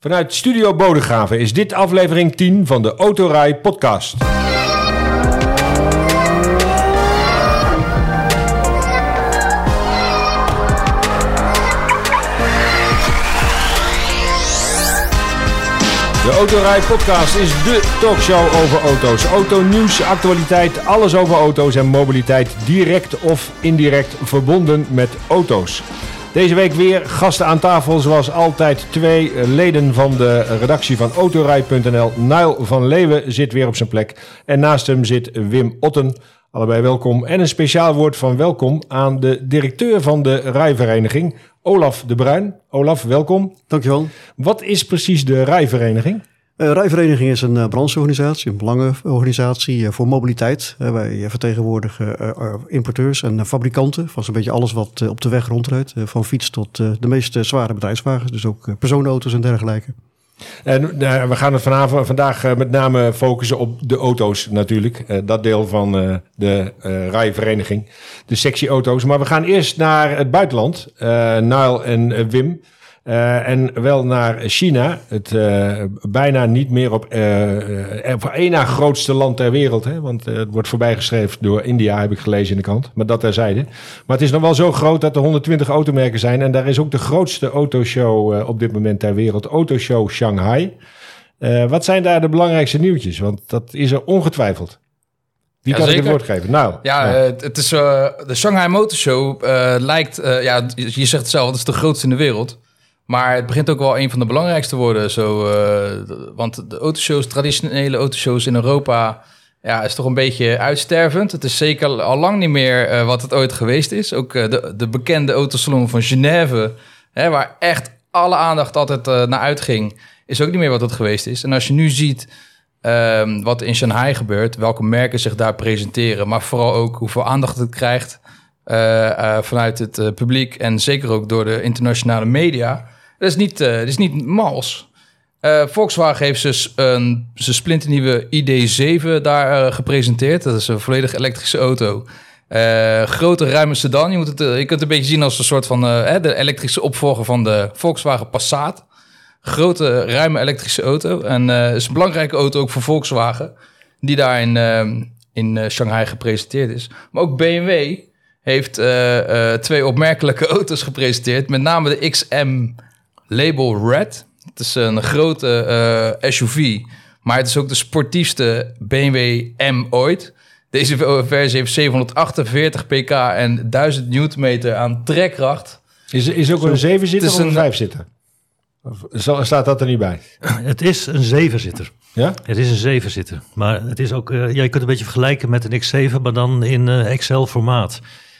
Vanuit Studio Bodegraven is dit aflevering 10 van de Autorij podcast. De Autorij podcast is de talkshow over auto's. Autonieuws, actualiteit, alles over auto's en mobiliteit direct of indirect verbonden met auto's. Deze week weer gasten aan tafel, zoals altijd 2 leden van de redactie van Autorij.nl. Niall van Leeuwen zit weer op zijn plek en naast hem zit Wim Otten. Allebei welkom en een speciaal woord van welkom aan de directeur van de rijvereniging, Olaf de Bruin. Olaf, welkom. Dankjewel. Wat is precies de rijvereniging? Rijvereniging is een brancheorganisatie, een belangenorganisatie voor mobiliteit. Wij vertegenwoordigen importeurs en fabrikanten van zo'n beetje alles wat op de weg rondrijdt. Van fiets tot de meest zware bedrijfswagens, dus ook personenauto's en dergelijke. En we gaan het vandaag met name focussen op de auto's natuurlijk. Dat deel van de rijvereniging, de sectie auto's. Maar we gaan eerst naar het buitenland, Niall en Wim. En wel naar China, het bijna niet meer op één na grootste land ter wereld. Hè? Want het wordt voorbijgeschreven door India, heb ik gelezen in de krant. Maar dat terzijde. Maar het is nog wel zo groot dat er 120 automerken zijn. En daar is ook de grootste autoshow op dit moment ter wereld. Autoshow Shanghai. Wat zijn daar de belangrijkste nieuwtjes? Want dat is er ongetwijfeld. Wie kan ik het woord geven? Nou, het is de Shanghai Motor Show lijkt, je zegt het zelf, het is de grootste in de wereld. Maar het begint ook wel een van de belangrijkste te worden. Want de autoshows, traditionele autoshows in Europa, is toch een beetje uitstervend. Het is zeker al lang niet meer wat het ooit geweest is. Ook de bekende autosalon van Genève, waar echt alle aandacht altijd naar uitging, is ook niet meer wat het geweest is. En als je nu ziet wat in Shanghai gebeurt, welke merken zich daar presenteren, maar vooral ook hoeveel aandacht het krijgt vanuit het publiek en zeker ook door de internationale media. Dat is niet mals. Volkswagen heeft zijn splinternieuwe ID.7 daar gepresenteerd. Dat is een volledig elektrische auto. Grote, ruime sedan. Je kunt het een beetje zien als een soort van de elektrische opvolger van de Volkswagen Passat. Grote, ruime elektrische auto. En is een belangrijke auto ook voor Volkswagen, die daar in Shanghai gepresenteerd is. Maar ook BMW heeft 2 opmerkelijke auto's gepresenteerd. Met name de XM Label Red. Het is een grote SUV, maar het is ook de sportiefste BMW M ooit. Deze versie heeft 748 pk en 1000 Newtonmeter aan trekkracht. Is ook een 7-zitter of een 5-zitter? Of staat dat er niet bij? Het is een 7-zitter. Ja? Het is een 7-zitter. Maar het is ook, je kunt een beetje vergelijken met een X7, maar dan in XL-formaat.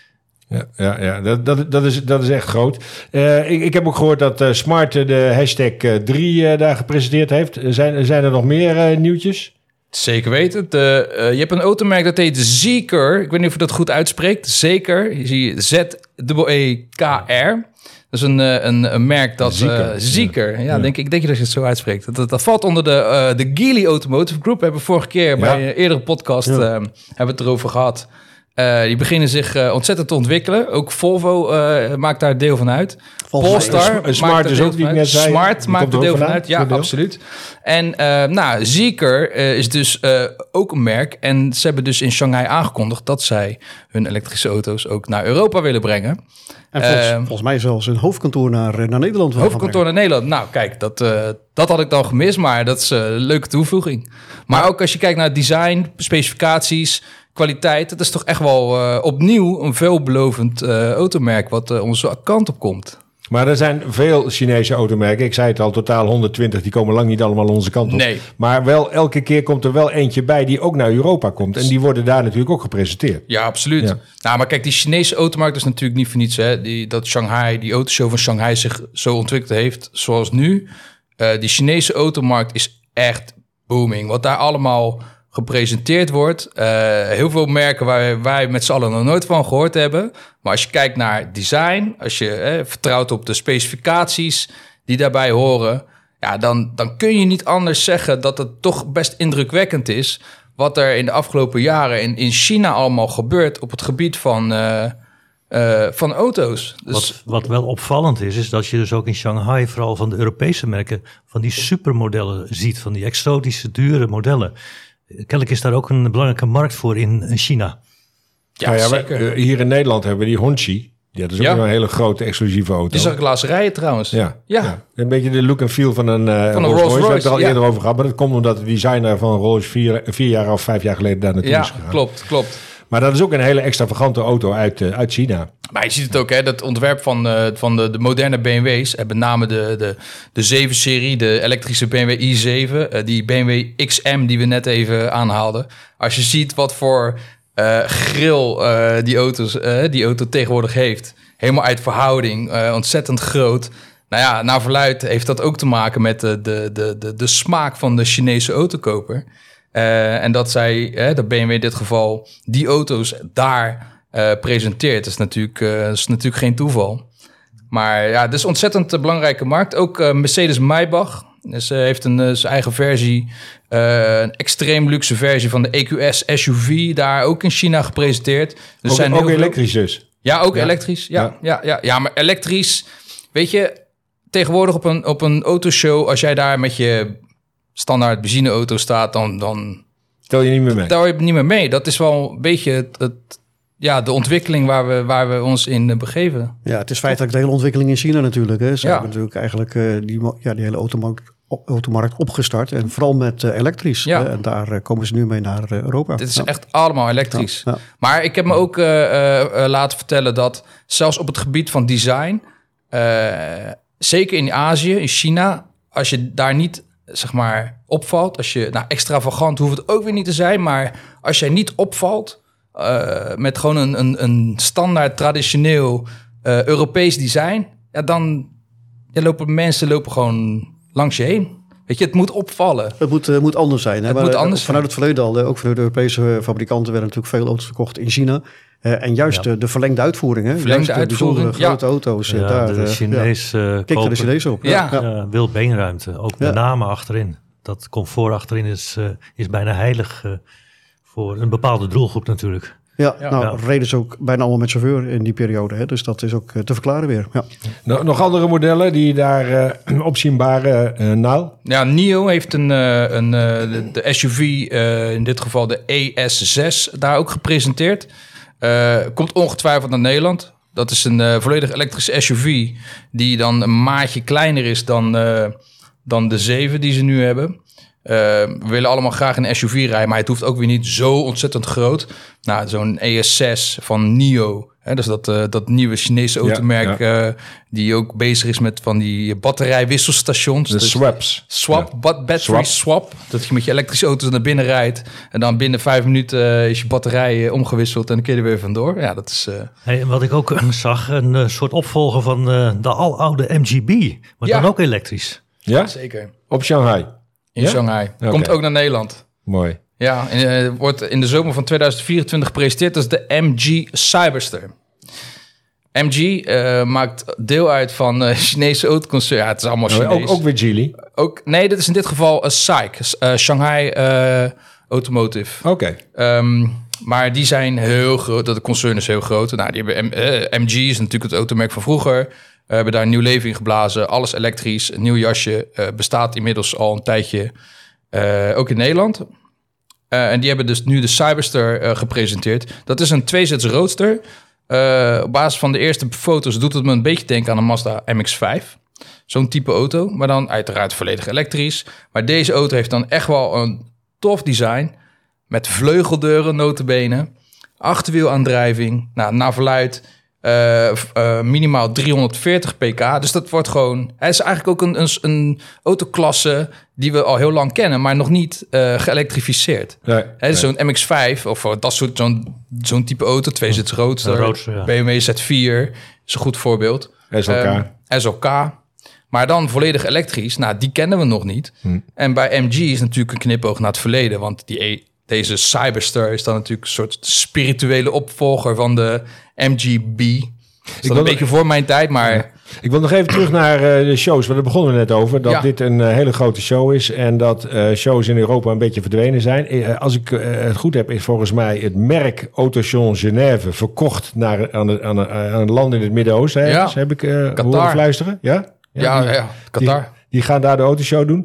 Ja, dat is echt groot. Ik heb ook gehoord dat Smart de hashtag 3 daar gepresenteerd heeft. Zijn er nog meer nieuwtjes? Zeker weten. Je hebt een automerk dat heet Zeekr. Ik weet niet of je dat goed uitspreekt. Zeker. Je ziet Z-E-E-K-R. Dat is een merk dat... Zeekr. Ja. Denk je dat je het zo uitspreekt. Dat valt onder de Geely Automotive Group. We hebben vorige keer bij een eerdere podcast hebben we het erover gehad. Die beginnen zich ontzettend te ontwikkelen. Ook Volvo maakt daar deel van uit. Polestar Smart is ook, die ik net zei. Smart maakt er deel van uit. Ja, absoluut. En Zeekr is dus ook een merk. En ze hebben dus in Shanghai aangekondigd dat zij hun elektrische auto's ook naar Europa willen brengen. En volgens mij zelfs een hoofdkantoor naar Nederland. Hoofdkantoor naar Nederland. Nou, kijk, dat had ik dan gemist, maar dat is een leuke toevoeging. Maar ook als je kijkt naar het design, specificaties, kwaliteit, dat is toch echt wel opnieuw een veelbelovend automerk wat onze kant op komt. Maar er zijn veel Chinese automerken. Ik zei het al, totaal 120. Die komen lang niet allemaal onze kant op. Nee. Maar wel elke keer komt er wel eentje bij die ook naar Europa komt. En die worden daar natuurlijk ook gepresenteerd. Ja, absoluut. Ja. Nou, maar kijk, die Chinese automarkt is natuurlijk niet voor niets. Hè? Dat Shanghai, die autoshow van Shanghai zich zo ontwikkeld heeft zoals nu. Die Chinese automarkt is echt booming. Wat daar allemaal gepresenteerd wordt. Heel veel merken waar wij met z'n allen nog nooit van gehoord hebben. Maar als je kijkt naar design, als je vertrouwt op de specificaties die daarbij horen, ja, dan kun je niet anders zeggen dat het toch best indrukwekkend is wat er in de afgelopen jaren in China allemaal gebeurt op het gebied van van auto's. Dus, Wat wel opvallend is dat je dus ook in Shanghai, vooral van de Europese merken, van die supermodellen ziet, van die exotische, dure modellen. Kennelijk is daar ook een belangrijke markt voor in China. zeker. Hier in Nederland hebben we die Hongqi. Ja, dat is ook een hele grote exclusieve auto. Die zag ik laatst rijden trouwens. Ja. Een beetje de look en feel van een Rolls Rolls-Royce. We hebben het er al ja. eerder over gehad. Maar dat komt omdat de designer van Rolls 4 jaar of 5 jaar geleden daar naartoe is gegaan. Klopt. Maar dat is ook een hele extravagante auto uit China. Maar je ziet het ook, hè, dat ontwerp van de moderne BMW's. Met name de 7-serie, de elektrische BMW i7. Die BMW XM die we net even aanhaalden. Als je ziet wat voor grill die auto tegenwoordig heeft. Helemaal uit verhouding, ontzettend groot. Nou ja, naar verluidt heeft dat ook te maken met de smaak van de Chinese autokoper. En dat dat BMW in dit geval die auto's daar presenteert. Dat is natuurlijk geen toeval. Maar ja, het is een ontzettend belangrijke markt. Ook Mercedes-Maybach. Dus heeft zijn eigen versie, een extreem luxe versie van de EQS SUV, daar ook in China gepresenteerd. Dus Ook elektrisch dus? Ja, ook elektrisch. Ja, maar elektrisch, weet je, tegenwoordig op een autoshow, als jij daar met je standaard benzineauto staat, dan Tel je niet meer mee? Tel je niet meer mee. Dat is wel een beetje de ontwikkeling waar we ons in begeven. Ja, het is feitelijk de hele ontwikkeling in China natuurlijk. Hè. Ze hebben natuurlijk eigenlijk die hele automarkt opgestart. En vooral met elektrisch. Ja. En daar komen ze nu mee naar Europa. Dit is echt allemaal elektrisch. Ja. Maar ik heb me ook laten vertellen dat zelfs op het gebied van design, zeker in Azië, in China, als je daar niet zeg maar opvalt, als je extravagant hoeft het ook weer niet te zijn, maar als jij niet opvalt met gewoon een standaard traditioneel Europees design, ja, dan lopen mensen gewoon langs je heen. Weet je, het moet opvallen. Het moet anders zijn. Hè? Het moet anders vanuit het verleden al, ook vanuit de Europese fabrikanten werden natuurlijk veel auto's verkocht in China. En juist de verlengde uitvoering. Hè? Verlengde uitvoering, bijzondere grote auto's. Ja, daar de Chinees kikken de Chinezen op. Ja. wil beenruimte, ook de namen achterin. Dat comfort achterin is bijna heilig voor een bepaalde doelgroep natuurlijk. Reden ze ook bijna allemaal met chauffeur in die periode. Hè? Dus dat is ook te verklaren weer. Ja. Nog andere modellen die daar opzienbare naal? Ja, NIO heeft de SUV, in dit geval de ES6, daar ook gepresenteerd. Komt ongetwijfeld naar Nederland. Dat is een volledig elektrische SUV die dan een maatje kleiner is dan de 7 die ze nu hebben. We willen allemaal graag een SUV rijden, maar het hoeft ook weer niet zo ontzettend groot. Nou, zo'n ES6 van NIO, hè, dus dat nieuwe Chinese automerk die ook bezig is met van die batterijwisselstations. De swaps. Battery swap. Dat je met je elektrische auto's naar binnen rijdt en dan binnen 5 minuten is je batterij omgewisseld en dan kun je er weer vandoor. Ja, dat is... En wat ik ook zag, een soort opvolger van de aloude MGB, maar dan ook elektrisch. Ja? Zeker. Op Shanghai? In Shanghai. Okay. Komt ook naar Nederland. Mooi. Ja, wordt in de zomer van 2024 gepresenteerd als de MG Cyberster. MG maakt deel uit van Chinese autoconcern. Ja, het is allemaal Chinees. Ook weer Geely? Nee, dit is in dit geval SAIC. Shanghai Automotive. Oké. Maar die zijn heel groot. De concern is heel groot. Nou, die hebben MG is natuurlijk het automerk van vroeger. We hebben daar een nieuw leven in geblazen. Alles elektrisch. Een nieuw jasje. Bestaat inmiddels al een tijdje. Ook in Nederland. En die hebben dus nu de Cyberster gepresenteerd. Dat is een 2-zits roadster. Op basis van de eerste foto's doet het me een beetje denken aan een Mazda MX-5. Zo'n type auto. Maar dan uiteraard volledig elektrisch. Maar deze auto heeft dan echt wel een tof design. Met vleugeldeuren, nota bene. Achterwielaandrijving. Nou, naar verluidt. Minimaal 340 pk. Dus dat wordt gewoon... Het is eigenlijk ook een autoklasse die we al heel lang kennen, maar nog niet geëlektrificeerd. Nee. Zo'n MX-5 of dat soort zo'n type auto, 2-zits roadster, BMW Z4 is een goed voorbeeld. SLK. Maar dan volledig elektrisch. Nou, die kennen we nog niet. En bij MG is natuurlijk een knipoog naar het verleden, want deze Cyberster is dan natuurlijk een soort spirituele opvolger van de MGB. is dat een beetje voor mijn tijd, maar... Ja. Ik wil nog even terug naar de shows, want daar begonnen we net over. Dat dit een hele grote show is en dat shows in Europa een beetje verdwenen zijn. Als ik het goed heb, is volgens mij het merk Autoshow Genève verkocht aan een land in het Midden-Oosten. Ja. Dus heb ik horen fluisteren. Ja, Qatar. Die gaan daar de autoshow doen.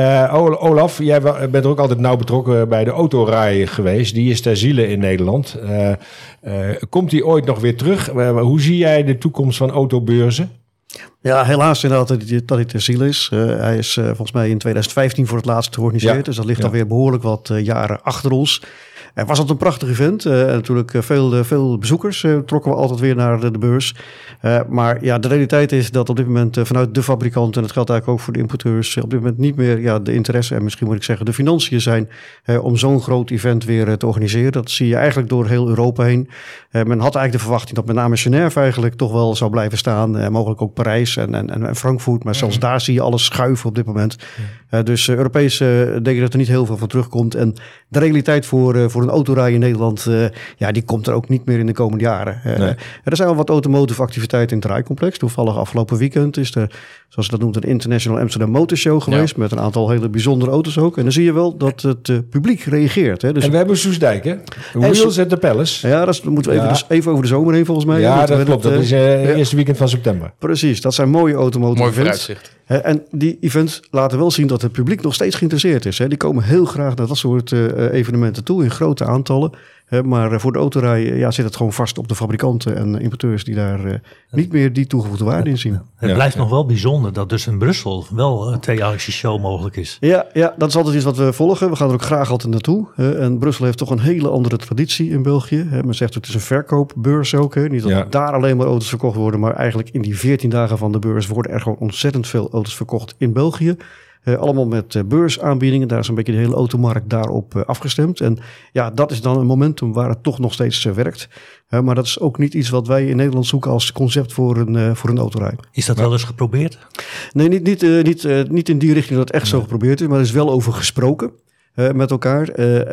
Olaf, jij bent er ook altijd nauw betrokken bij de autorij geweest. Die is ter ziele in Nederland. Komt die ooit nog weer terug? Hoe zie jij de toekomst van autobeurzen? Ja, helaas inderdaad dat hij ter ziele is. Hij is volgens mij in 2015 voor het laatst georganiseerd. Ja. Dus dat ligt alweer behoorlijk wat jaren achter ons. Was het een prachtig event. Natuurlijk veel bezoekers trokken we altijd weer naar de beurs. Maar ja, de realiteit is dat op dit moment vanuit de fabrikant... en dat geldt eigenlijk ook voor de importeurs... op dit moment niet meer de interesse en misschien moet ik zeggen de financiën zijn... om zo'n groot event weer te organiseren. Dat zie je eigenlijk door heel Europa heen. Men had eigenlijk de verwachting dat met name Genève eigenlijk toch wel zou blijven staan. Mogelijk ook Parijs en Frankfurt. Maar zelfs daar zie je alles schuiven op dit moment. Dus Europees denk ik dat er niet heel veel van terugkomt. En de realiteit voor een autorij in Nederland, die komt er ook niet meer in de komende jaren. Er zijn wel wat automotive activiteiten in het Rijcomplex. Toevallig afgelopen weekend is er, zoals ze dat noemt, een International Amsterdam Motor Show geweest. Met een aantal hele bijzondere auto's ook. En dan zie je wel dat het publiek reageert. Dus en we hebben Soesdijk, hè? Wheels at the Palace. Ja, dat moeten we even over de zomer heen volgens mij. Ja, dat klopt. Dat is het eerste weekend van september. Precies, dat zijn mooie automotive events. Vooruitzicht. En die events laten wel zien dat het publiek nog steeds geïnteresseerd is. Die komen heel graag naar dat soort evenementen toe in grote aantallen. Maar voor de autorij zit het gewoon vast op de fabrikanten en importeurs die daar niet meer die toegevoegde waarde in zien. Het blijft nog wel bijzonder dat dus in Brussel wel een tweejaarlijkse show mogelijk is. Ja, dat is altijd iets wat we volgen. We gaan er ook graag altijd naartoe. En Brussel heeft toch een hele andere traditie in België. Men zegt het is een verkoopbeurs ook. Niet dat daar alleen maar auto's verkocht worden, maar eigenlijk in die 14 dagen van de beurs worden er gewoon ontzettend veel auto's verkocht in België. Allemaal met beursaanbiedingen. Daar is een beetje de hele automarkt daarop afgestemd. En ja, dat is dan een momentum waar het toch nog steeds werkt. Maar dat is ook niet iets wat wij in Nederland zoeken als concept voor een autorij. Is dat wel eens geprobeerd? Nee, niet in die richting dat het echt zo geprobeerd is. Maar er is wel over gesproken. Met elkaar.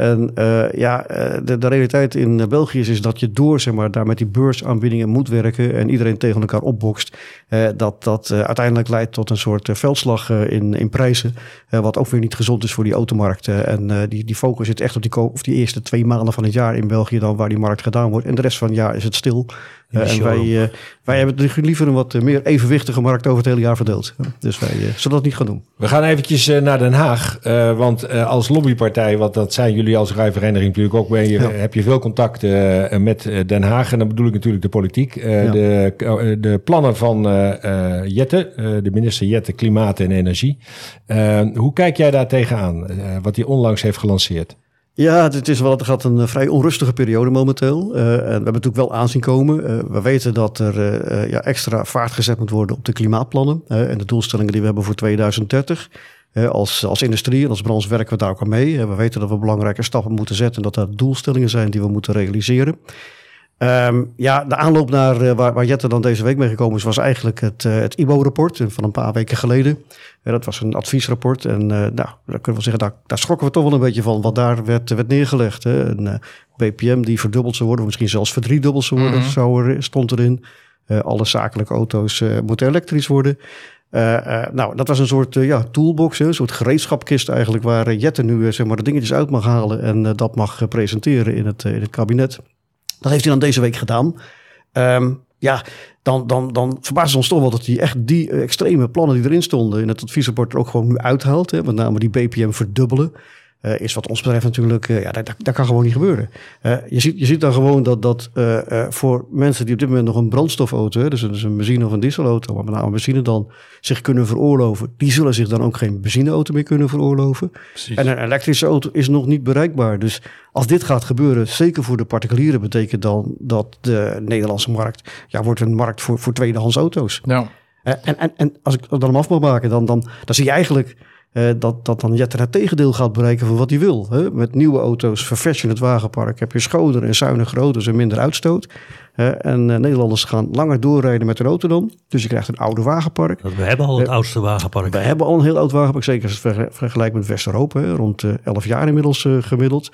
De realiteit in België is dat je door daar met die beursaanbiedingen moet werken en iedereen tegen elkaar opbokst. Dat uiteindelijk leidt tot een soort veldslag in prijzen. Wat ook weer niet gezond is voor die automarkt. Die focus zit echt op die eerste 2 maanden van het jaar in België dan waar die markt gedaan wordt. En de rest van het jaar is het stil. En wij hebben liever een wat meer evenwichtige markt over het hele jaar verdeeld. Dus wij zullen dat niet gaan doen. We gaan eventjes naar Den Haag. Want als lobbypartij, want dat zijn jullie als rijvereniging natuurlijk ook, heb je veel contact met Den Haag. En dan bedoel ik natuurlijk de politiek. De plannen van Jette, de minister Jette Klimaat en Energie. Hoe kijk jij daar tegenaan? Wat hij onlangs heeft gelanceerd? Ja, het gaat een vrij onrustige periode momenteel. En we hebben natuurlijk wel aanzien komen. We weten dat er extra vaart gezet moet worden op de klimaatplannen. En de doelstellingen die we hebben voor 2030. Als industrie en als branche werken we daar ook aan mee. We weten dat we belangrijke stappen moeten zetten. En dat er doelstellingen zijn die we moeten realiseren. De aanloop naar waar Jette dan deze week mee gekomen is, was eigenlijk het IBO-rapport van een paar weken geleden. Dat was een adviesrapport en daar kunnen we zeggen, daar schrokken we toch wel een beetje van wat daar werd neergelegd. Een BPM die verdubbeld zou worden, misschien zelfs verdriedubbeld zou worden, stond erin. Alle zakelijke auto's moeten elektrisch worden. Dat was een soort toolbox, een soort gereedschapkist eigenlijk, waar Jette nu de dingetjes uit mag halen en dat mag presenteren in het kabinet. Dat heeft hij dan deze week gedaan. Dan verbaast het ons toch wel dat hij echt die extreme plannen die erin stonden in het adviesrapport er ook gewoon nu uithaalt. Met name die BPM verdubbelen. Is wat ons betreft natuurlijk, dat kan gewoon niet gebeuren. Je ziet dan gewoon dat voor mensen die op dit moment nog een brandstofauto, dus een benzine of een dieselauto, maar met name benzine dan zich kunnen veroorloven, die zullen zich dan ook geen benzineauto meer kunnen veroorloven. Precies. En een elektrische auto is nog niet bereikbaar. Dus als dit gaat gebeuren, zeker voor de particulieren, betekent dan dat de Nederlandse markt wordt een markt voor tweedehands auto's. Ja. En als ik dat dan af mag maken, dan zie je eigenlijk dat dan Jette het tegendeel gaat bereiken van wat hij wil. Hè? Met nieuwe auto's verfashion het wagenpark. Heb je schoner en zuiniger auto's en minder uitstoot. En Nederlanders gaan langer doorrijden met hun auto dan. Dus je krijgt een ouder wagenpark. We hebben al het oudste wagenpark. We hebben al een heel oud wagenpark. Zeker als het vergelijkt met West-Europa. Rond 11 jaar inmiddels gemiddeld.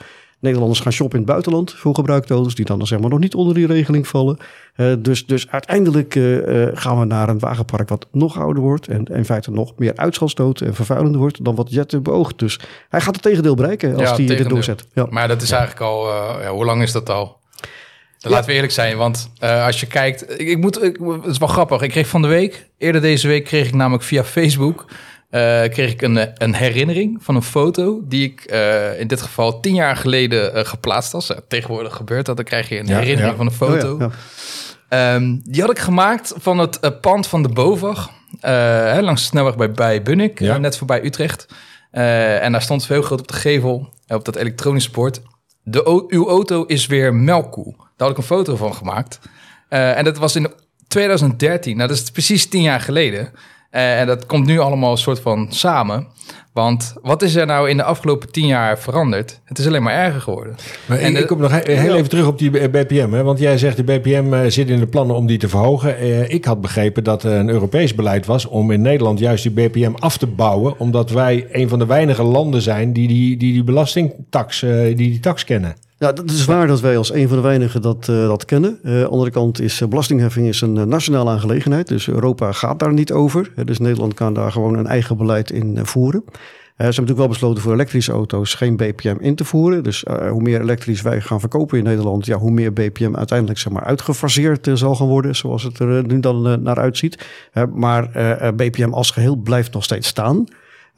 Nederlanders gaan shoppen in het buitenland voor gebruikte auto's, die dan zeg maar nog niet onder die regeling vallen. Dus uiteindelijk gaan we naar een wagenpark wat nog ouder wordt en in feite nog meer uitschalstoot en vervuilender wordt dan wat Jet beoogt. Dus hij gaat het tegendeel bereiken als hij dit doorzet. Ja. Maar dat is eigenlijk al, hoe lang is dat al? Laten we eerlijk zijn, want als je kijkt... het is wel grappig. Ik kreeg van de week, eerder deze week kreeg ik namelijk via Facebook... kreeg ik een herinnering van een foto die ik in dit geval 10 jaar geleden geplaatst was. Tegenwoordig gebeurt dat, dan krijg je een herinnering van een foto. Oh ja. Die had ik gemaakt van het pand van de BOVAG, langs de snelweg bij Bunnik, net voorbij Utrecht. En daar stond heel groot op de gevel, op dat elektronische bord. Uw auto is weer melkkoe. Daar had ik een foto van gemaakt. En dat was in 2013. Nou, dat is precies 10 jaar geleden. En dat komt nu allemaal een soort van samen. Want wat is er nou in de afgelopen 10 jaar veranderd? Het is alleen maar erger geworden. Maar ik kom nog heel even terug op die BPM. Hè? Want jij zegt de BPM zit in de plannen om die te verhogen. Ik had begrepen dat er een Europees beleid was om in Nederland juist die BPM af te bouwen. Omdat wij een van de weinige landen zijn die belastingtax, die tax kennen. Ja, dat is waar dat wij als een van de weinigen dat kennen. Aan de andere kant is belastingheffing een nationale aangelegenheid. Dus Europa gaat daar niet over. Dus Nederland kan daar gewoon een eigen beleid in voeren. Ze hebben natuurlijk wel besloten voor elektrische auto's geen BPM in te voeren. Dus hoe meer elektrisch wij gaan verkopen in Nederland, hoe meer BPM uiteindelijk zeg maar uitgefaseerd zal gaan worden, zoals het er nu dan naar uitziet. Maar BPM als geheel blijft nog steeds staan.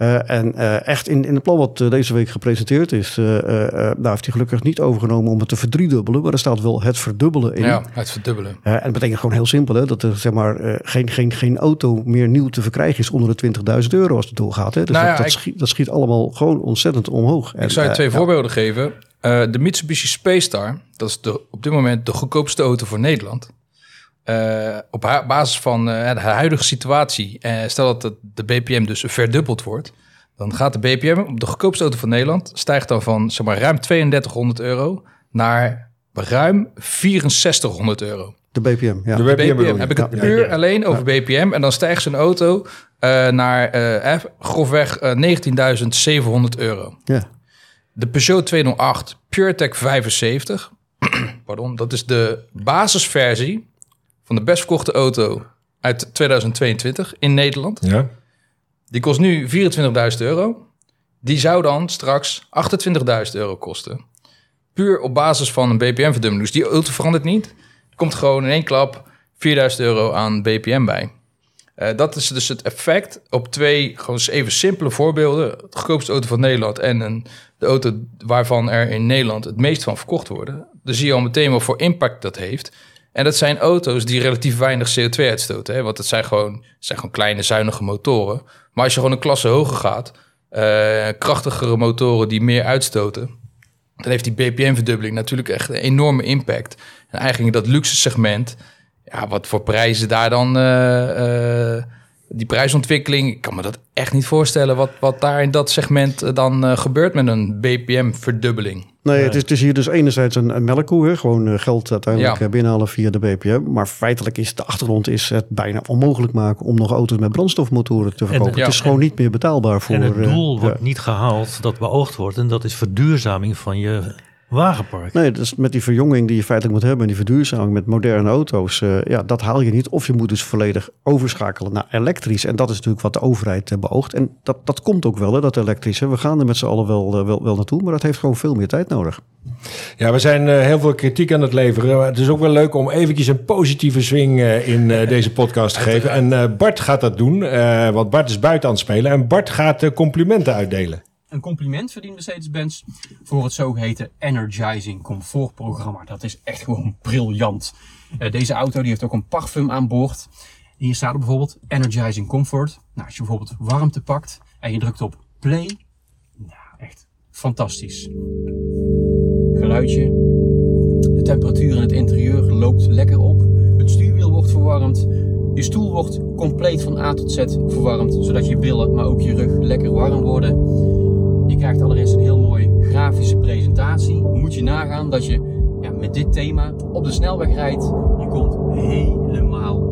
Echt in het plan wat deze week gepresenteerd is, daar heeft hij gelukkig niet overgenomen om het te verdriedubbelen, maar er staat wel het verdubbelen in. Ja, het verdubbelen. En dat betekent gewoon heel simpel, hè, dat er zeg maar geen auto meer nieuw te verkrijgen is onder de €20.000 als het doorgaat. Hè. Dus dat schiet allemaal gewoon ontzettend omhoog. Ik zou je 2 voorbeelden geven. De Mitsubishi Space Star, dat is op dit moment de goedkoopste auto voor Nederland. Op basis van de huidige situatie, stel dat de BPM dus verdubbeld wordt, dan gaat de BPM op de goedkoopste auto van Nederland stijgt dan van zeg maar ruim €3200 naar ruim €6400. De BPM, ja. De BPM. Heb ik het puur alleen over BPM en dan stijgt zijn auto naar grofweg €19.700. Ja. De Peugeot 208 PureTech 75, pardon, dat is de basisversie van de best verkochte auto uit 2022 in Nederland. Ja. Die kost nu €24.000. Die zou dan straks €28.000 kosten. Puur op basis van een BPM-verdubbeling. Dus die auto verandert niet. Er komt gewoon in één klap €4.000 aan BPM bij. Dat is dus het effect op 2 gewoon even simpele voorbeelden. De goedkoopste auto van Nederland en de auto waarvan er in Nederland het meest van verkocht worden. Dan zie je al meteen wat voor impact dat heeft. En dat zijn auto's die relatief weinig CO2 uitstoten. Hè? Want het zijn gewoon kleine, zuinige motoren. Maar als je gewoon een klasse hoger gaat, krachtigere motoren die meer uitstoten, dan heeft die BPM-verdubbeling natuurlijk echt een enorme impact. En eigenlijk dat luxe segment, wat voor prijzen daar dan, die prijsontwikkeling, ik kan me dat echt niet voorstellen wat daar in dat segment dan gebeurt met een BPM-verdubbeling. Nee, het is hier dus enerzijds een melkkoe, hè? Gewoon geld uiteindelijk binnenhalen via de BPM. Maar feitelijk is de achtergrond het bijna onmogelijk maken om nog auto's met brandstofmotoren te verkopen. Het is gewoon niet meer betaalbaar voor. En het doel wordt niet gehaald dat beoogd wordt en dat is verduurzaming van je wagenpark. Nee, dus met die verjonging die je feitelijk moet hebben en die verduurzaming met moderne auto's, dat haal je niet. Of je moet dus volledig overschakelen naar elektrisch. En dat is natuurlijk wat de overheid beoogt. En dat komt ook wel, hè, dat elektrisch. Hè. We gaan er met z'n allen wel naartoe, maar dat heeft gewoon veel meer tijd nodig. Ja, we zijn heel veel kritiek aan het leveren. Het is ook wel leuk om eventjes een positieve swing in deze podcast te geven. En Bart gaat dat doen, want Bart is buiten aan het spelen. En Bart gaat complimenten uitdelen. Een compliment verdient Mercedes-Benz voor het zogeheten Energizing Comfort programma. Dat is echt gewoon briljant. Deze auto die heeft ook een parfum aan boord. Hier staat er bijvoorbeeld Energizing Comfort. Nou, als je bijvoorbeeld warmte pakt en je drukt op play. Nou, echt fantastisch. Geluidje. De temperatuur in het interieur loopt lekker op. Het stuurwiel wordt verwarmd. Je stoel wordt compleet van A tot Z verwarmd. Zodat je billen, maar ook je rug lekker warm worden. Je krijgt allereerst een heel mooi grafische presentatie. Moet je nagaan dat je met dit thema op de snelweg rijdt. Je komt helemaal tot rust.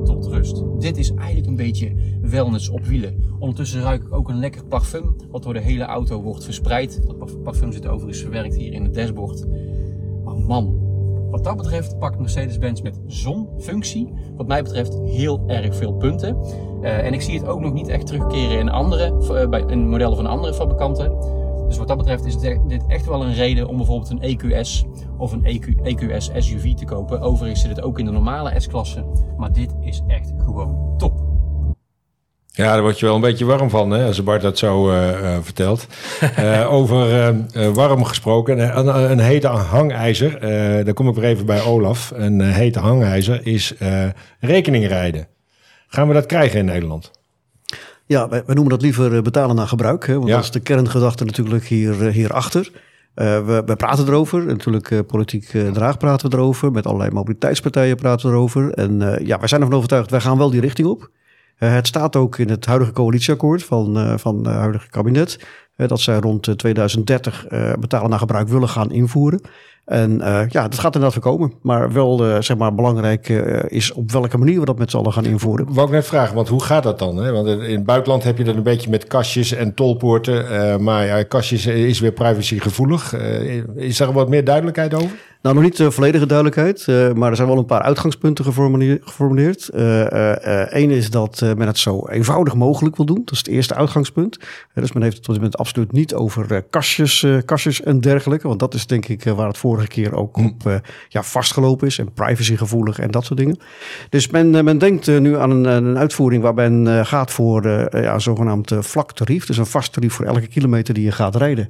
bewust. Dit is eigenlijk een beetje wellness op wielen. Ondertussen ruik ik ook een lekker parfum, wat door de hele auto wordt verspreid. Dat parfum zit overigens verwerkt hier in het dashboard. Maar man, wat dat betreft pakt Mercedes-Benz met zo'n functie, wat mij betreft, heel erg veel punten. En ik zie het ook nog niet echt terugkeren in modellen van andere fabrikanten. Dus wat dat betreft is dit echt wel een reden om bijvoorbeeld een EQS of een EQS SUV te kopen. Overigens zit het ook in de normale S-klasse. Maar dit is echt gewoon top. Ja, daar word je wel een beetje warm van, hè, als Bart dat zo vertelt. Over warm gesproken, een hete hangijzer. Daar kom ik weer even bij Olaf. Een hete hangijzer is rekening rijden. Gaan we dat krijgen in Nederland? Ja, wij noemen dat liever betalen naar gebruik. Hè, want dat is de kerngedachte natuurlijk hierachter. We praten erover. Natuurlijk politiek draag praten we erover. Met allerlei mobiliteitspartijen praten we erover. En wij zijn ervan overtuigd, wij gaan wel die richting op. Het staat ook in het huidige coalitieakkoord van het huidige kabinet. Dat zij rond 2030 betalen naar gebruik willen gaan invoeren. En dat gaat inderdaad voorkomen. Maar wel belangrijk is op welke manier we dat met z'n allen gaan invoeren. Wou ik net vragen, want hoe gaat dat dan? Hè? Want in het buitenland heb je dat een beetje met kastjes en tolpoorten. Maar ja, kastjes is weer privacygevoelig. Is er wat meer duidelijkheid over? Nou, nog niet volledige duidelijkheid, maar er zijn wel een paar uitgangspunten geformuleerd. Eén is dat men het zo eenvoudig mogelijk wil doen. Dat is het eerste uitgangspunt. Dus men heeft het op dit moment absoluut niet over kastjes en dergelijke. Want dat is denk ik waar het vorige keer ook op vastgelopen is. En privacygevoelig en dat soort dingen. Dus men denkt nu aan een uitvoering waar men gaat voor een zogenaamd vlak tarief. Dus een vast tarief voor elke kilometer die je gaat rijden.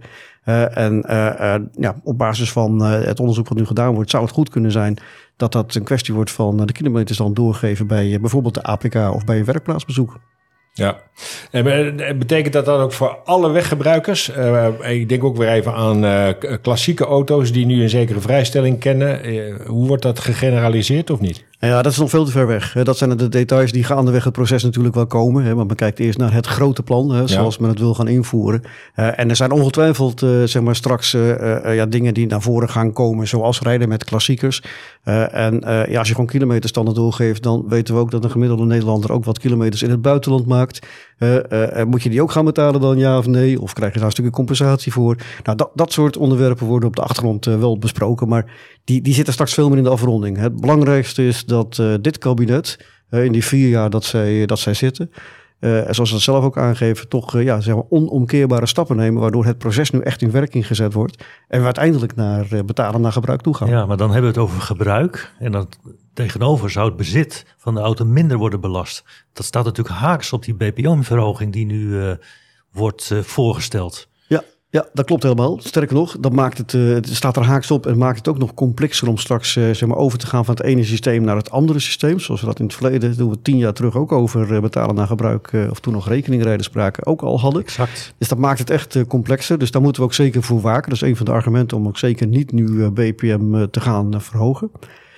Op basis van het onderzoek wat nu gedaan wordt, zou het goed kunnen zijn dat een kwestie wordt van de kilometers dan doorgeven bij bijvoorbeeld de APK of bij een werkplaatsbezoek. Ja, en betekent dat dan ook voor alle weggebruikers? Ik denk ook weer even aan klassieke auto's die nu een zekere vrijstelling kennen. Hoe wordt dat gegeneraliseerd of niet? Ja, dat is nog veel te ver weg. Dat zijn de details die gaandeweg het proces natuurlijk wel komen. Want men kijkt eerst naar het grote plan, zoals men het wil gaan invoeren. En er zijn ongetwijfeld straks dingen die naar voren gaan komen, zoals rijden met klassiekers. Als je gewoon kilometerstanden doorgeeft, dan weten we ook dat een gemiddelde Nederlander ook wat kilometers in het buitenland maakt. Moet je die ook gaan betalen dan, ja of nee? Of krijg je daar een stukje compensatie voor? Nou, dat soort onderwerpen worden op de achtergrond wel besproken, maar die zitten straks veel meer in de afronding. Het belangrijkste is dat dit kabinet, in die 4 jaar dat zij zitten, zoals ze dat zelf ook aangeven, toch onomkeerbare stappen nemen, waardoor het proces nu echt in werking gezet wordt en we uiteindelijk naar betalen naar gebruik toe gaan. Ja, maar dan hebben we het over gebruik en dan tegenover zou het bezit van de auto minder worden belast. Dat staat natuurlijk haaks op die BPM-verhoging die nu wordt voorgesteld. Ja, dat klopt helemaal. Sterker nog, dat maakt het staat er haaks op en maakt het ook nog complexer om straks over te gaan van het ene systeem naar het andere systeem. Zoals we dat in het verleden, doen we 10 jaar terug ook over betalen naar gebruik, of toen nog rekeningrijden spraken, ook al hadden. Exact. Dus dat maakt het echt complexer. Dus daar moeten we ook zeker voor waken. Dat is een van de argumenten om ook zeker niet nu BPM te gaan verhogen.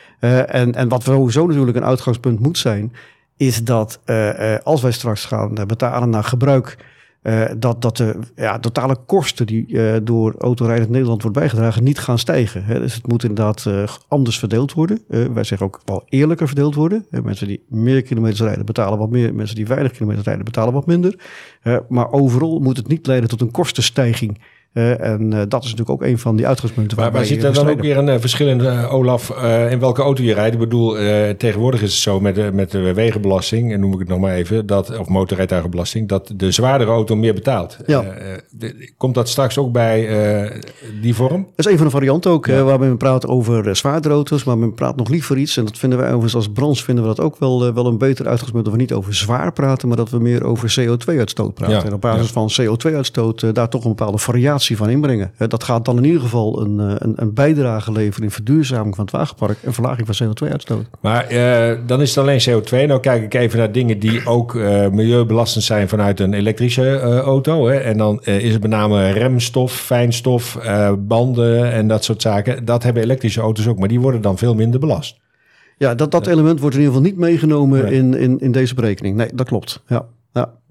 En wat sowieso natuurlijk een uitgangspunt moet zijn, is dat als wij straks gaan betalen naar gebruik, dat de totale kosten die door autorijdend Nederland wordt bijgedragen niet gaan stijgen. Hè. Dus het moet inderdaad anders verdeeld worden. Wij zeggen ook wel eerlijker verdeeld worden. Mensen die meer kilometers rijden betalen wat meer. Mensen die weinig kilometers rijden betalen wat minder. Maar overal moet het niet leiden tot een kostenstijging. Dat is natuurlijk ook een van die uitgangspunten. Maar zit er dan ook weer een verschil in, Olaf, in welke auto je rijdt? Ik bedoel, tegenwoordig is het zo met de wegenbelasting, noem ik het nog maar even, of motorrijtuigenbelasting, dat de zwaardere auto meer betaalt. Ja. Komt dat straks ook bij die vorm? Dat is een van de varianten ook, waar men praat over zwaardere auto's, maar men praat nog liever iets, en dat vinden wij overigens als branche, vinden we dat ook wel een beter uitgangspunt, dat we niet over zwaar praten, maar dat we meer over CO2-uitstoot praten. Ja. En op basis van CO2-uitstoot daar toch een bepaalde variatie van inbrengen. Dat gaat dan in ieder geval een bijdrage leveren in verduurzaming van het wagenpark en verlaging van CO2-uitstoot. Maar dan is het alleen CO2. Nou kijk ik even naar dingen die ook milieubelastend zijn vanuit een elektrische auto. Hè. En dan is het met name remstof, fijnstof, banden en dat soort zaken. Dat hebben elektrische auto's ook, maar die worden dan veel minder belast. Ja, dat element wordt in ieder geval niet meegenomen in deze berekening. Nee, dat klopt. Ja.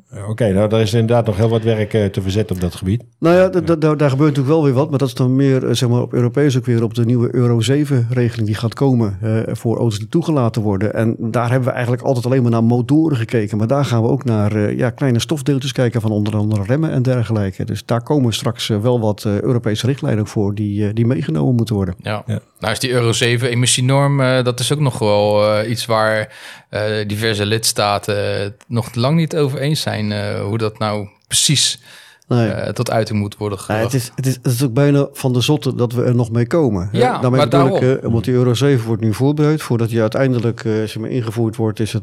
Oké, nou, daar is inderdaad nog heel wat werk te verzetten op dat gebied. Nou ja, daar gebeurt natuurlijk wel weer wat. Maar dat is dan meer zeg maar op Europees ook weer op de nieuwe Euro 7-regeling die gaat komen voor auto's die toegelaten worden. En daar hebben we eigenlijk altijd alleen maar naar motoren gekeken. Maar daar gaan we ook naar kleine stofdeeltjes kijken van onder andere remmen en dergelijke. Dus daar komen straks wel wat Europese richtlijnen ook voor die meegenomen moeten worden. Ja. Nou is die Euro 7 emissienorm, dat is ook nog wel iets waar diverse lidstaten nog lang niet over eens zijn. Hoe dat nou precies tot uiting moet worden gebracht. Het is ook bijna van de zotte dat we er nog mee komen. Ja, daarmee maar daarom. Want die Euro 7 wordt nu voorbereid. Voordat die uiteindelijk ingevoerd wordt, is het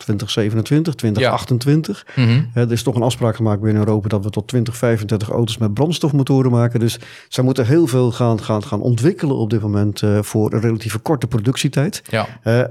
2027, 2028. Ja. Mm-hmm. Er is toch een afspraak gemaakt binnen Europa dat we tot 2035 auto's met brandstofmotoren maken. Dus zij moeten heel veel gaan ontwikkelen op dit moment voor een relatieve korte productietijd. Ja.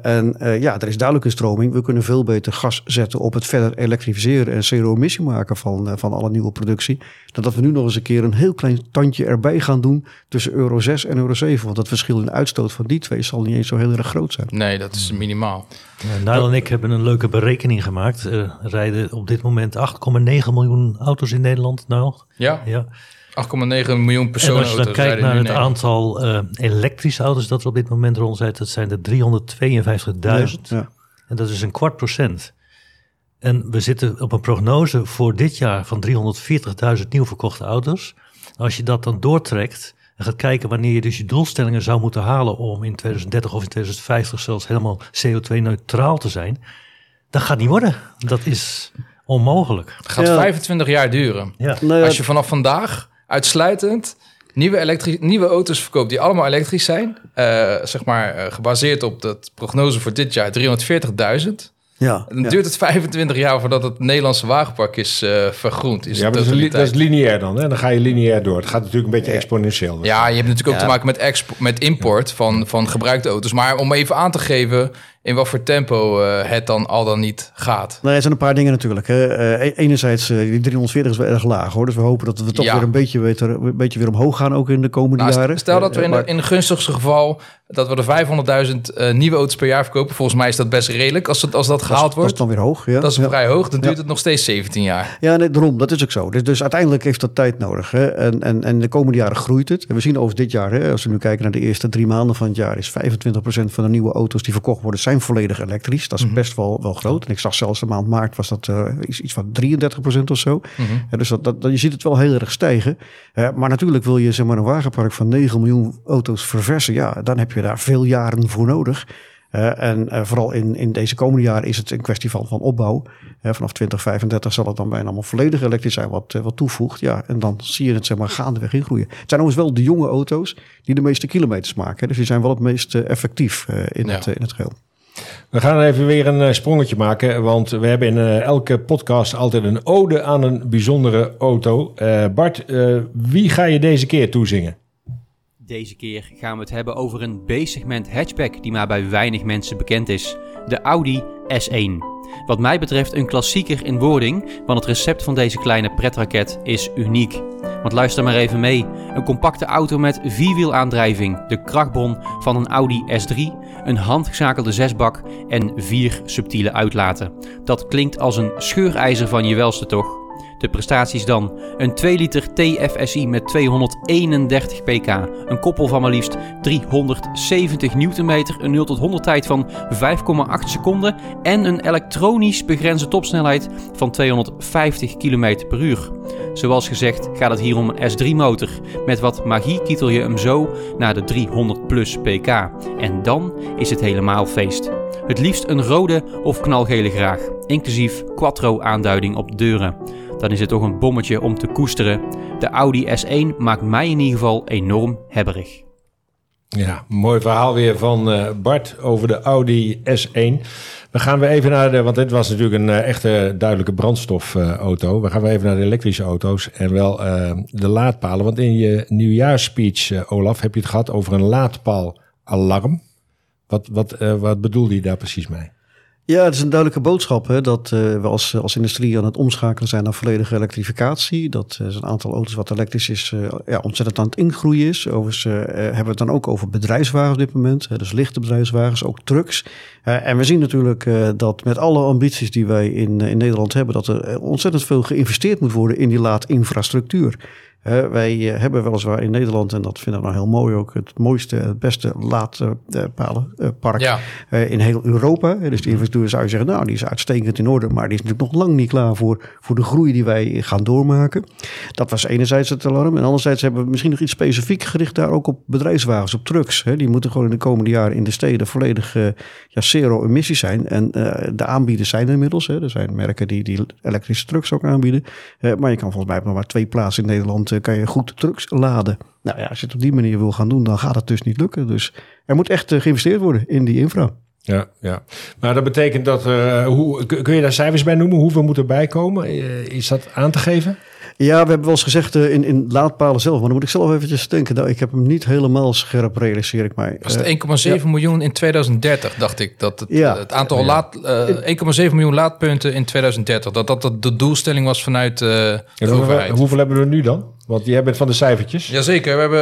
Er is duidelijk een stroming. We kunnen veel beter gas zetten op het verder elektrificeren en zero-emissie maken van alle nieuwe productie. Dan dat we nu nog eens een keer een heel klein tandje erbij gaan doen tussen Euro 6 en Euro 7. Want dat verschil in uitstoot van die twee zal niet eens zo heel erg groot zijn. Nee, dat is minimaal. Nijl en ik hebben een leuke berekening gemaakt. Rijden op dit moment 8,9 miljoen auto's in Nederland. Ja. 8,9 miljoen personenauto's. En als je dan kijkt naar het aantal elektrische auto's dat er op dit moment rondrijdt, dat zijn er 352.000. Ja. En dat is 0,25%. En we zitten op een prognose voor dit jaar van 340.000 nieuw verkochte auto's. Als je dat dan doortrekt en gaat kijken wanneer je dus je doelstellingen zou moeten halen om in 2030 of in 2050 zelfs helemaal CO2-neutraal te zijn, dat gaat niet worden. Dat is onmogelijk. Het gaat 25 jaar duren. Ja. Als je vanaf vandaag uitsluitend nieuwe auto's verkoopt die allemaal elektrisch zijn, gebaseerd op de prognose voor dit jaar 340.000. Ja, dan duurt het 25 jaar voordat het Nederlandse wagenpark is vergroend. Maar dat is lineair dan. Hè? Dan ga je lineair door. Het gaat natuurlijk een beetje exponentieel. Ja, je hebt natuurlijk ook te maken met import van gebruikte auto's. Maar om even aan te geven in wat voor tempo het dan al dan niet gaat. Nou, er zijn een paar dingen natuurlijk. Hè. Enerzijds, die 340 is wel erg laag hoor. Dus we hopen dat we toch weer een beetje weer omhoog gaan ook in de komende jaren. Stel dat we in het gunstigste geval dat we er 500.000 nieuwe auto's per jaar verkopen. Volgens mij is dat best redelijk als dat gehaald wordt. Dat is dan weer hoog. Ja. Dat is vrij hoog. Dan duurt het nog steeds 17 jaar. Ja, nee, daarom. Dat is ook zo. Dus uiteindelijk heeft dat tijd nodig. Hè. En de komende jaren groeit het. En we zien over dit jaar, hè, als we nu kijken naar de eerste 3 maanden van het jaar, is 25% van de nieuwe auto's die verkocht worden, zijn volledig elektrisch. Dat is best wel groot. En ik zag zelfs de maand maart was dat iets van 33% of zo. Dus je ziet het wel heel erg stijgen. Maar natuurlijk wil je een wagenpark van 9 miljoen auto's verversen. Ja, dan heb je daar veel jaren voor nodig. En vooral in deze komende jaren is het een kwestie van opbouw. Vanaf 2035 zal het dan bijna allemaal volledig elektrisch zijn wat toevoegt. Ja, en dan zie je het gaandeweg ingroeien. Het zijn overigens wel de jonge auto's die de meeste kilometers maken. Dus die zijn wel het meest effectief in het geheel. We gaan even weer een sprongetje maken, want we hebben in elke podcast altijd een ode aan een bijzondere auto. Bart, wie ga je deze keer toezingen? Deze keer gaan we het hebben over een B-segment hatchback die maar bij weinig mensen bekend is. De Audi S1. Wat mij betreft een klassieker in wording, want het recept van deze kleine pretraket is uniek. Want luister maar even mee. Een compacte auto met 4-wielaandrijving, de krachtbron van een Audi S3, een handgezakelde 6-bak en 4 subtiele uitlaten. Dat klinkt als een scheurijzer van je welste toch? De prestaties dan. Een 2 liter TFSI met 231 pk. Een koppel van maar liefst 370 Nm. Een 0 tot 100 tijd van 5,8 seconden. En een elektronisch begrensde topsnelheid van 250 km per uur. Zoals gezegd gaat het hier om een S3 motor. Met wat magie kietel je hem zo naar de 300 plus pk. En dan is het helemaal feest. Het liefst een rode of knalgele graag. Inclusief quattro aanduiding op de deuren. Dan is het toch een bommetje om te koesteren. De Audi S1 maakt mij in ieder geval enorm hebberig. Ja, mooi verhaal weer van Bart over de Audi S1. We gaan weer even naar want dit was natuurlijk een echte duidelijke brandstofauto. We gaan weer even naar de elektrische auto's en wel de laadpalen. Want in je nieuwjaarsspeech, Olaf, heb je het gehad over een laadpaalalarm. Wat bedoelde je daar precies mee? Ja, het is een duidelijke boodschap hè, dat we als industrie aan het omschakelen zijn naar volledige elektrificatie. Dat is een aantal auto's wat elektrisch is ontzettend aan het ingroeien is. Overigens hebben we het dan ook over bedrijfswagens op dit moment. Dus lichte bedrijfswagens, ook trucks. En we zien natuurlijk dat met alle ambities die wij in Nederland hebben, dat er ontzettend veel geïnvesteerd moet worden in die laadinfrastructuur. Wij hebben weliswaar in Nederland, en dat vinden we nou heel mooi ook, het mooiste, het beste laadpalenpark in heel Europa. Dus die infrastructuur zou je zeggen, nou die is uitstekend in orde, maar die is natuurlijk nog lang niet klaar voor de groei die wij gaan doormaken. Dat was enerzijds het alarm. En anderzijds hebben we misschien nog iets specifiek gericht daar ook op bedrijfswagens, op trucks. Die moeten gewoon in de komende jaren in de steden volledig zero emissie zijn. En de aanbieders zijn er inmiddels. Er zijn merken die elektrische trucks ook aanbieden. Maar je kan volgens mij op maar 2 plaatsen in Nederland kan je goed trucks laden. Nou ja, als je het op die manier wil gaan doen, dan gaat het dus niet lukken. Dus er moet echt geïnvesteerd worden in die infra. Ja. Maar dat betekent dat, kun je daar cijfers bij noemen? Hoeveel moet erbij komen? Is dat aan te geven? Ja, we hebben wel eens gezegd in laadpalen zelf, maar dan moet ik zelf eventjes denken. Nou, ik heb hem niet helemaal scherp, realiseer ik mij. Was het 1,7 miljoen in 2030, dacht ik. Dat het aantal 1,7 miljoen laadpunten in 2030. Dat de doelstelling was vanuit de overheid. Hoeveel hebben we er nu dan? Want jij bent van de cijfertjes. Jazeker, we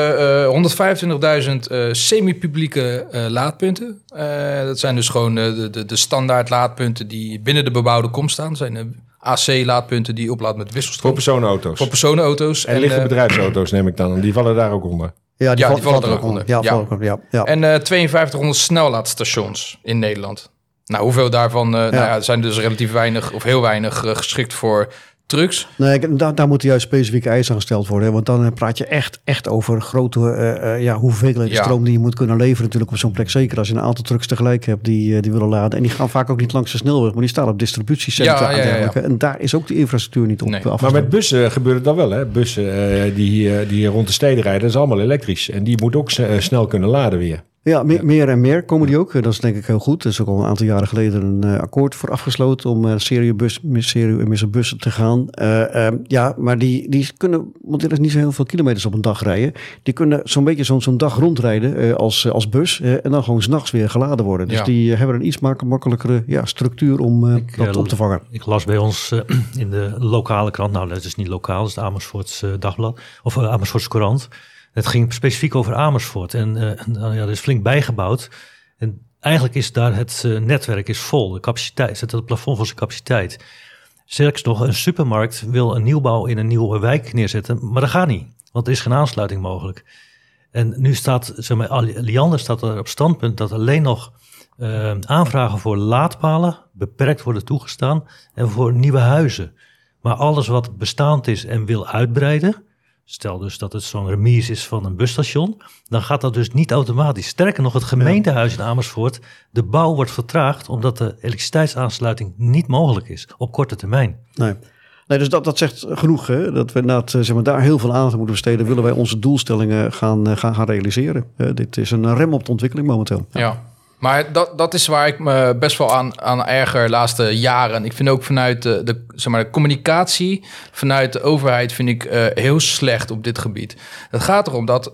hebben 125.000 semi-publieke laadpunten. Dat zijn dus gewoon de standaard laadpunten die binnen de bebouwde kom staan. Dat zijn AC-laadpunten die oplaadt met wisselstroom. Voor personenauto's. En lichte bedrijfsauto's neem ik dan. Die vallen daar ook onder. Ja, die vallen er ook onder. Ja. En 5200 snellaadstations in Nederland. Nou, hoeveel daarvan zijn dus relatief weinig of heel weinig geschikt voor trucks? Nee, daar moeten juist specifieke eisen aan gesteld worden. Hè? Want dan praat je echt over grote hoeveelheden stroom die je moet kunnen leveren natuurlijk op zo'n plek. Zeker als je een aantal trucks tegelijk hebt die willen laden. En die gaan vaak ook niet langs de snelweg, maar die staan op distributiecentra en dergelijke. En daar is ook die infrastructuur niet op afgestemd. Maar met bussen gebeurt het dan wel. Hè? Bussen die rond de steden rijden, dat is allemaal elektrisch. En die moeten ook snel kunnen laden weer. Ja, meer en meer komen die ook. Dat is denk ik heel goed. Er is ook al een aantal jaren geleden een akkoord voor afgesloten om serie-emissie bussen te gaan. Maar die kunnen, want er is niet zo heel veel kilometers op een dag rijden. Die kunnen zo'n beetje zo'n dag rondrijden als bus en dan gewoon 's nachts weer geladen worden. Dus die hebben een iets makkelijkere structuur om dat op te vangen. Ik las bij ons in de lokale krant, nou dat is niet lokaal, dat is het Amersfoorts Dagblad of Amersfoorts Courant. Het ging specifiek over Amersfoort en er is flink bijgebouwd. En eigenlijk is daar het netwerk is vol, de capaciteit, zet het plafond van zijn capaciteit. Sterker nog, een supermarkt wil een nieuwbouw in een nieuwe wijk neerzetten, maar dat gaat niet, want er is geen aansluiting mogelijk. En nu staat, Liander staat er op standpunt dat alleen nog aanvragen voor laadpalen beperkt worden toegestaan en voor nieuwe huizen. Maar alles wat bestaand is en wil uitbreiden, stel dus dat het zo'n remise is van een busstation, dan gaat dat dus niet automatisch. Sterker nog, het gemeentehuis in Amersfoort, de bouw wordt vertraagd omdat de elektriciteitsaansluiting niet mogelijk is op korte termijn. Nee, dus dat zegt genoeg. Hè? Dat we inderdaad daar heel veel aandacht moeten besteden. Willen wij onze doelstellingen gaan realiseren. Dit is een rem op de ontwikkeling momenteel. Ja. Maar dat is waar ik me best wel aan erger de laatste jaren. Ik vind ook vanuit de communicatie vanuit de overheid vind ik heel slecht op dit gebied. Het gaat erom dat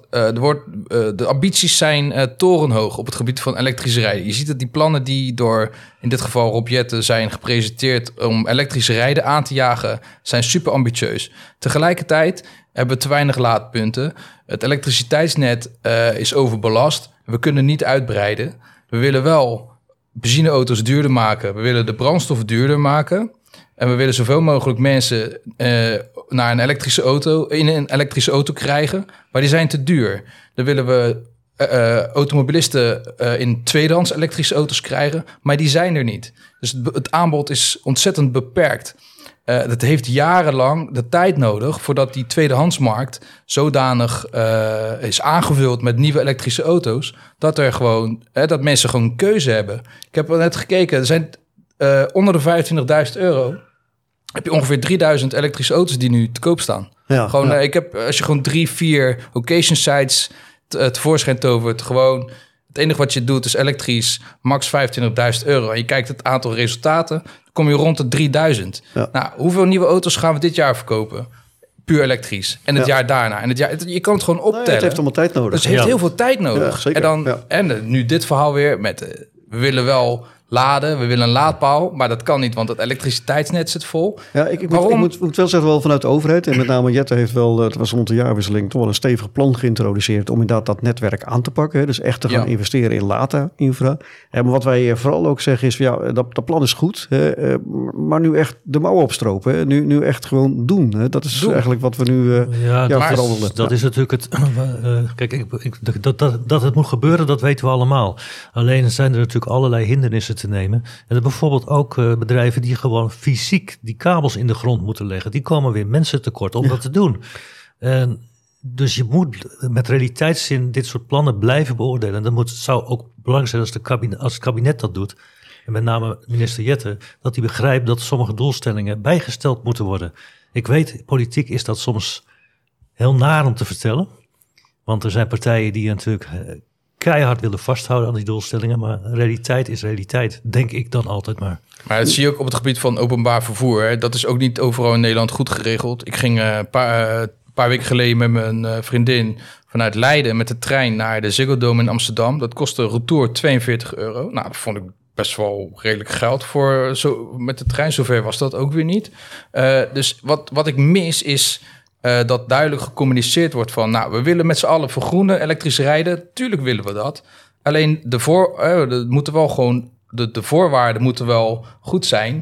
de ambities zijn torenhoog op het gebied van elektrische rijden. Je ziet dat die plannen die door in dit geval Rob Jetten zijn gepresenteerd om elektrische rijden aan te jagen, zijn super ambitieus. Tegelijkertijd hebben we te weinig laadpunten. Het elektriciteitsnet is overbelast. We kunnen niet uitbreiden. We willen wel benzineauto's duurder maken. We willen de brandstof duurder maken. En we willen zoveel mogelijk mensen naar een elektrische auto krijgen. Maar die zijn te duur. Dan willen we automobilisten in tweedehands elektrische auto's krijgen. Maar die zijn er niet. Dus het aanbod is ontzettend beperkt. Dat heeft jarenlang de tijd nodig voordat die tweedehandsmarkt zodanig is aangevuld met nieuwe elektrische auto's, dat er gewoon dat mensen gewoon een keuze hebben. Ik heb al net gekeken, er zijn onder de €25.000 heb je ongeveer 3.000 elektrische auto's die nu te koop staan. Ik heb, als je gewoon 3-4 occasion sites tevoorschijn tovert, gewoon het enige wat je doet is elektrisch, max €25.000. En je kijkt het aantal resultaten, kom je rond de 3.000. Ja. Nou, hoeveel nieuwe auto's gaan we dit jaar verkopen? Puur elektrisch. En het jaar daarna. En je kan het gewoon optellen. Het heeft allemaal tijd nodig. Dus het heeft heel veel tijd nodig. Ja, zeker. En nu dit verhaal weer met we willen wel laden. We willen een laadpaal, maar dat kan niet, want het elektriciteitsnet zit vol. Ja, ik moet wel zeggen, wel vanuit de overheid. En met name Jette heeft wel, het was rond de jaarwisseling, toch wel een stevig plan geïntroduceerd om inderdaad dat netwerk aan te pakken. Hè. Dus echt te gaan investeren in LATA-infra. Maar wat wij vooral ook zeggen is, dat plan is goed. Maar nu echt de mouwen opstropen. Hè. Nu echt gewoon doen. Hè. Dat is eigenlijk wat we nu vooral willen. Dat is natuurlijk het... Kijk, dat het moet gebeuren, dat weten we allemaal. Alleen zijn er natuurlijk allerlei hindernissen te nemen. En er bijvoorbeeld ook bedrijven die gewoon fysiek die kabels in de grond moeten leggen. Die komen weer mensen tekort om dat te doen. Dus je moet met realiteitszin dit soort plannen blijven beoordelen. En het zou ook belangrijk zijn als het kabinet dat doet. En met name minister Jette, dat hij begrijpt dat sommige doelstellingen bijgesteld moeten worden. Ik weet, politiek is dat soms heel naar om te vertellen. Want er zijn partijen die natuurlijk keihard willen vasthouden aan die doelstellingen. Maar realiteit is realiteit, denk ik dan altijd maar. Maar dat zie je ook op het gebied van openbaar vervoer. Hè. Dat is ook niet overal in Nederland goed geregeld. Ik ging een paar weken geleden met mijn vriendin vanuit Leiden met de trein naar de Ziggo Dome in Amsterdam. Dat kostte retour €42. Nou, dat vond ik best wel redelijk geld voor met de trein. Zover was dat ook weer niet. Dus wat ik mis is dat duidelijk gecommuniceerd wordt van, nou, we willen met z'n allen vergroenen, elektrisch rijden. Tuurlijk willen we dat. Alleen de voorwaarden moeten wel goed zijn.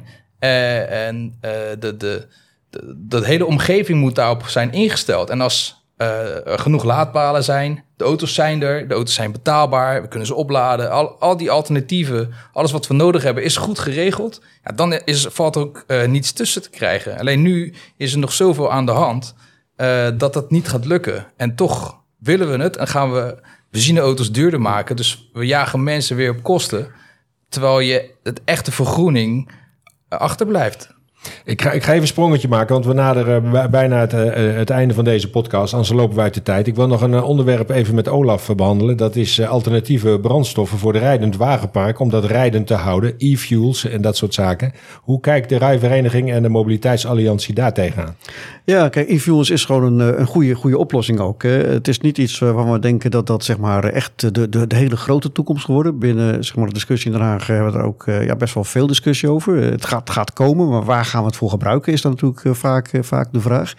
De hele omgeving moet daarop zijn ingesteld. En als er genoeg laadpalen zijn, de auto's zijn er, de auto's zijn betaalbaar, we kunnen ze opladen. Al die alternatieven, alles wat we nodig hebben, is goed geregeld. Ja, dan valt er ook niets tussen te krijgen. Alleen nu is er nog zoveel aan de hand dat niet gaat lukken. En toch willen we het en gaan we benzineauto's duurder maken. Dus we jagen mensen weer op kosten, terwijl je het echte vergroening achterblijft. Ik ga even een sprongetje maken, want we naderen bijna het einde van deze podcast. Anders lopen we uit de tijd. Ik wil nog een onderwerp even met Olaf behandelen. Dat is alternatieve brandstoffen voor de rijdend wagenpark. Om dat rijdend te houden. E-fuels en dat soort zaken. Hoe kijkt de Rijvereniging en de Mobiliteitsalliantie daar tegenaan? Ja, kijk, e-fuels is gewoon een goede oplossing ook. Het is niet iets waarvan we denken dat zeg maar echt de hele grote toekomst geworden. Binnen zeg maar, de discussie in Den Haag hebben we er ook best wel veel discussie over. Het gaat komen, maar waar gaan we het voor gebruiken is dan natuurlijk vaak de vraag.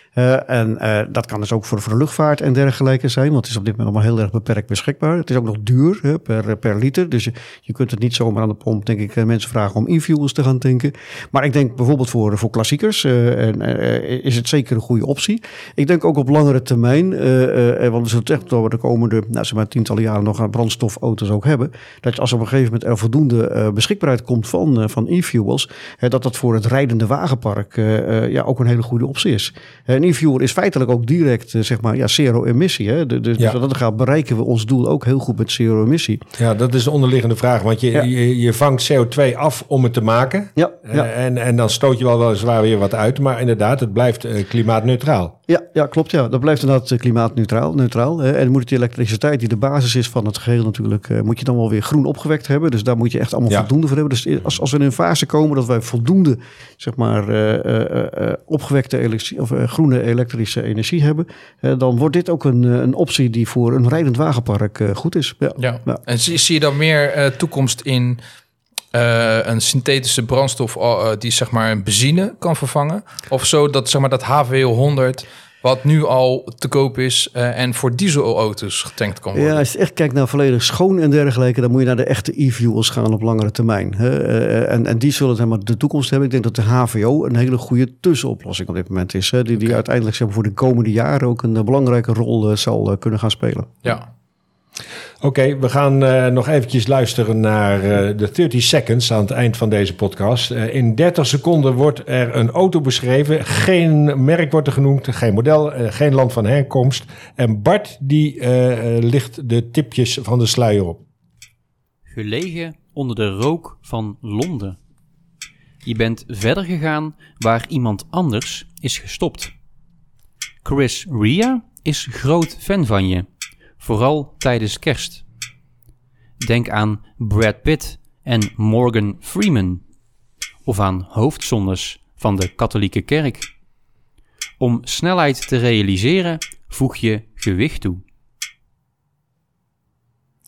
Dat kan dus ook voor de luchtvaart en dergelijke zijn. Want het is op dit moment allemaal heel erg beperkt beschikbaar. Het is ook nog duur per liter. Dus je kunt het niet zomaar aan de pomp, denk ik, mensen vragen om e-fuels te gaan tanken. Maar ik denk bijvoorbeeld voor klassiekers is het zeker een goede optie. Ik denk ook op langere termijn, want we zullen echt over de komende tientallen jaren nog brandstofauto's ook hebben. Dat als op een gegeven moment er voldoende beschikbaarheid komt van e-fuels, dat voor het rijdende wagenpark ook een hele goede optie is. Een e-fuel is feitelijk ook direct zero-emissie. Hè? Dus dat gaat bereiken we ons doel ook heel goed met zero-emissie. Ja, dat is de onderliggende vraag. Want je vangt CO2 af om het te maken. Ja. En dan stoot je wel weliswaar weer wat uit. Maar inderdaad, het blijft klimaatneutraal. Ja, klopt. Ja. Dat blijft inderdaad klimaatneutraal. En moet die elektriciteit die de basis is van het geheel natuurlijk, moet je dan wel weer groen opgewekt hebben. Dus daar moet je echt allemaal voldoende voor hebben. Dus als we in een fase komen dat wij voldoende opgewekte groene elektrische energie hebben, dan wordt dit ook een optie die voor een rijdend wagenpark goed is. Ja. En zie je dan meer toekomst in een synthetische brandstof die zeg maar een benzine kan vervangen? Of zo dat zeg maar dat HVO 100 wat nu al te koop is en voor dieselauto's getankt kan worden? Ja, als je echt kijkt naar volledig schoon en dergelijke, dan moet je naar de echte e-fuels gaan op langere termijn. En die zullen zeg maar de toekomst hebben. Ik denk dat de HVO een hele goede tussenoplossing op dit moment is. Die uiteindelijk zeg maar, voor de komende jaren ook een belangrijke rol zal kunnen gaan spelen. Ja. Oké, we gaan nog eventjes luisteren naar de 30 seconds aan het eind van deze podcast. In 30 seconden wordt er een auto beschreven. Geen merk wordt er genoemd, geen model, geen land van herkomst. En Bart die licht de tipjes van de sluier op. Gelegen onder de rook van Londen. Je bent verder gegaan waar iemand anders is gestopt. Chris Rea is groot fan van je. Vooral tijdens kerst. Denk aan Brad Pitt en Morgan Freeman. Of aan hoofdzondes van de katholieke kerk. Om snelheid te realiseren voeg je gewicht toe.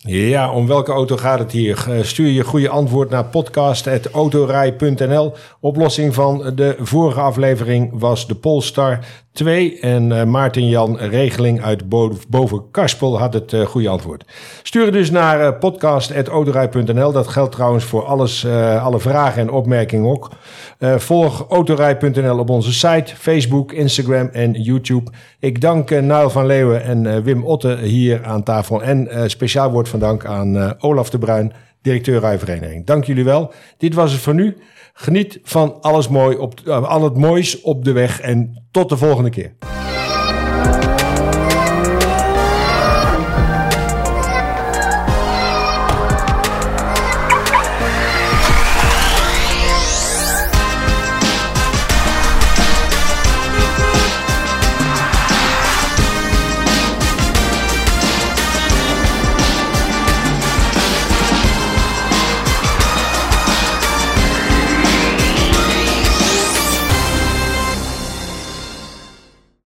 Ja, om welke auto gaat het hier? Stuur je goede antwoord naar podcast@autorij.nl. Oplossing van de vorige aflevering was de Polestar 2. En Maarten Jan Regeling uit Boven-Karspel had het goede antwoord. Stuur het dus naar podcast@autorij.nl. Dat geldt trouwens voor alle vragen en opmerkingen ook. Volg autorij.nl op onze site, Facebook, Instagram en YouTube. Ik dank Niall van Leeuwen en Wim Otte hier aan tafel. En speciaal woord van dank aan Olaf de Bruin, directeur Rijvereniging. Dank jullie wel. Dit was het voor nu. Geniet van al het moois op de weg en tot de volgende keer.